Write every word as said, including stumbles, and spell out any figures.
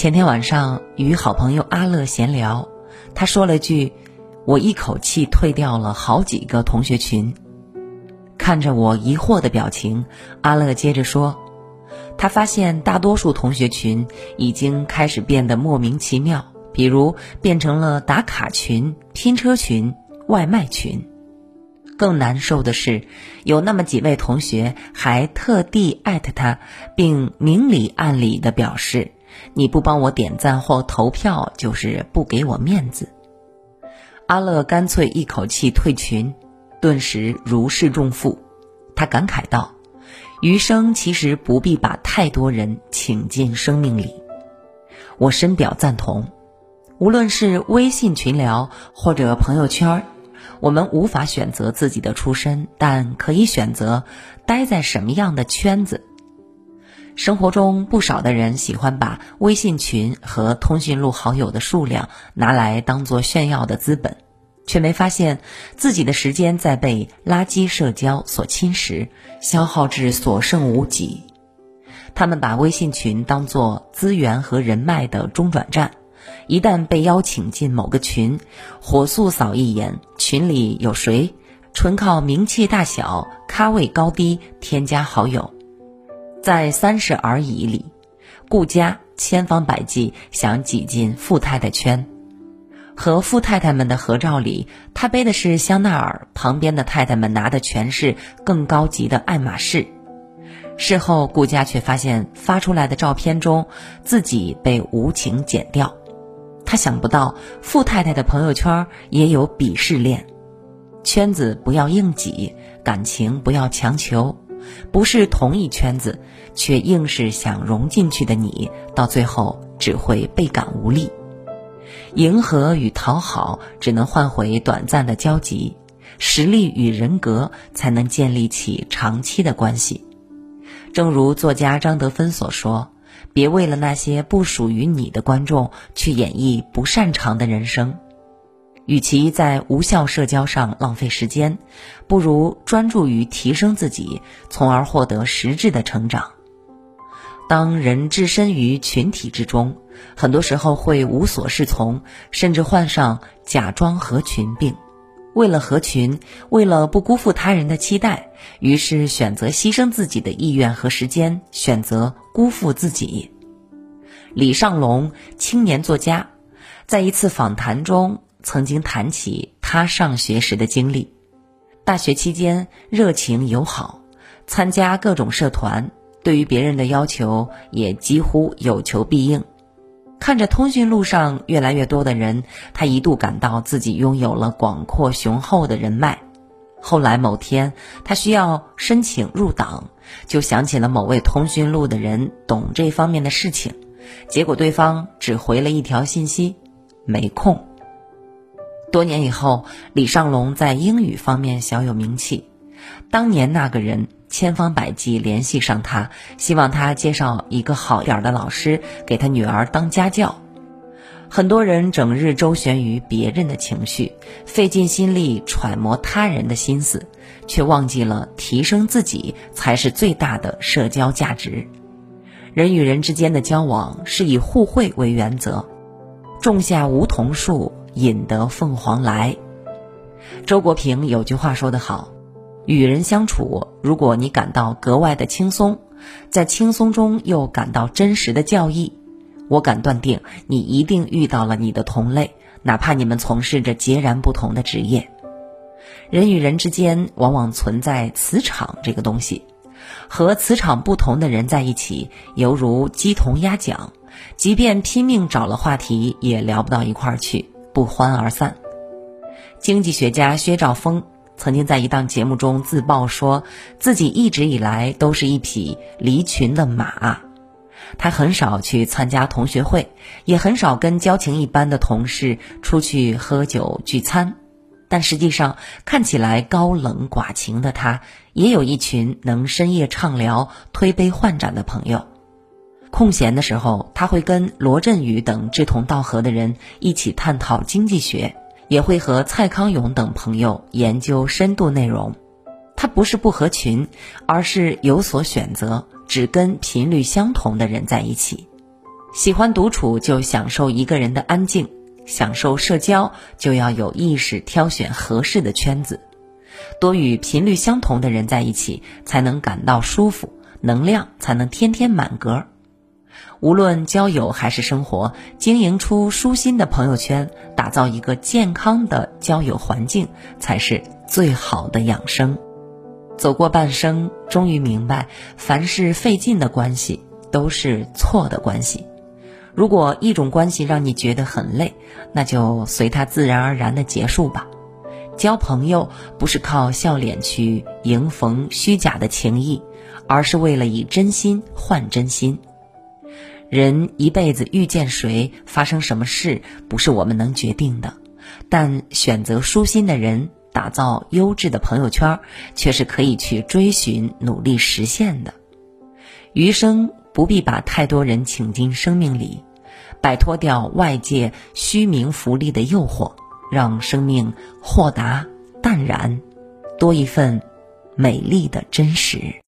前天晚上与好朋友阿乐闲聊，他说了句：我一口气退掉了好几个同学群。看着我疑惑的表情，阿乐接着说，他发现大多数同学群已经开始变得莫名其妙，比如变成了打卡群、拼车群、外卖群。更难受的是，有那么几位同学还特地艾特他，并明里暗里地表示，你不帮我点赞或投票就是不给我面子。阿乐干脆一口气退群，顿时如释重负。他感慨道，余生其实不必把太多人请进生命里。我深表赞同，无论是微信群聊或者朋友圈，我们无法选择自己的出身，但可以选择待在什么样的圈子。生活中不少的人喜欢把微信群和通讯录好友的数量拿来当作炫耀的资本，却没发现自己的时间在被垃圾社交所侵蚀，消耗至所剩无几。他们把微信群当作资源和人脉的中转站，一旦被邀请进某个群，火速扫一眼群里有谁，纯靠名气大小、咖位高低添加好友。在三十而已里，顾家千方百计想挤进富太太圈。和富太太们的合照里，他背的是香奈儿，旁边的太太们拿的全是更高级的爱马仕。事后顾家却发现发出来的照片中自己被无情剪掉。他想不到富太太的朋友圈也有鄙视链。圈子不要硬挤，感情不要强求，不是同一圈子却硬是想融进去的你，到最后只会倍感无力。迎合与讨好只能换回短暂的交集，实力与人格才能建立起长期的关系。正如作家张德芬所说，别为了那些不属于你的观众去演绎不擅长的人生。与其在无效社交上浪费时间，不如专注于提升自己，从而获得实质的成长。当人置身于群体之中，很多时候会无所适从，甚至患上假装合群病。为了合群，为了不辜负他人的期待，于是选择牺牲自己的意愿和时间，选择辜负自己。李尚龙，青年作家，在一次访谈中曾经谈起他上学时的经历。大学期间热情友好，参加各种社团，对于别人的要求也几乎有求必应。看着通讯录上越来越多的人，他一度感到自己拥有了广阔雄厚的人脉。后来某天他需要申请入党，就想起了某位通讯录的人懂这方面的事情，结果对方只回了一条信息：没空。多年以后，李尚龙在英语方面小有名气，当年那个人千方百计联系上他，希望他介绍一个好点的老师给他女儿当家教。很多人整日周旋于别人的情绪，费尽心力揣摩他人的心思，却忘记了提升自己才是最大的社交价值。人与人之间的交往是以互惠为原则，种下梧桐树，引得凤凰来。周国平有句话说得好，与人相处，如果你感到格外的轻松，在轻松中又感到真实的教义，我敢断定你一定遇到了你的同类，哪怕你们从事着截然不同的职业。人与人之间往往存在磁场这个东西，和磁场不同的人在一起，犹如鸡同鸭讲，即便拼命找了话题，也聊不到一块儿去，不欢而散。经济学家薛兆丰曾经在一档节目中自曝说，自己一直以来都是一匹离群的马。他很少去参加同学会，也很少跟交情一般的同事出去喝酒聚餐，但实际上看起来高冷寡情的他，也有一群能深夜畅聊、推杯换盏的朋友。空闲的时候，他会跟罗振宇等志同道合的人一起探讨经济学，也会和蔡康永等朋友研究深度内容。他不是不合群，而是有所选择，只跟频率相同的人在一起。 喜欢独处就享受一个人的安静，享受社交就要有意识挑选合适的圈子，多与频率相同的人在一起，才能感到舒服，能量才能天天满格。无论交友还是生活，经营出舒心的朋友圈，打造一个健康的交友环境，才是最好的养生。走过半生，终于明白，凡是费劲的关系，都是错的关系。如果一种关系让你觉得很累，那就随它自然而然的结束吧。交朋友不是靠笑脸去迎逢虚假的情谊，而是为了以真心换真心。人一辈子遇见谁，发生什么事，不是我们能决定的，但选择舒心的人，打造优质的朋友圈，却是可以去追寻、努力实现的。余生不必把太多人请进生命里，摆脱掉外界虚名浮利的诱惑，让生命豁达淡然，多一份美丽的真实。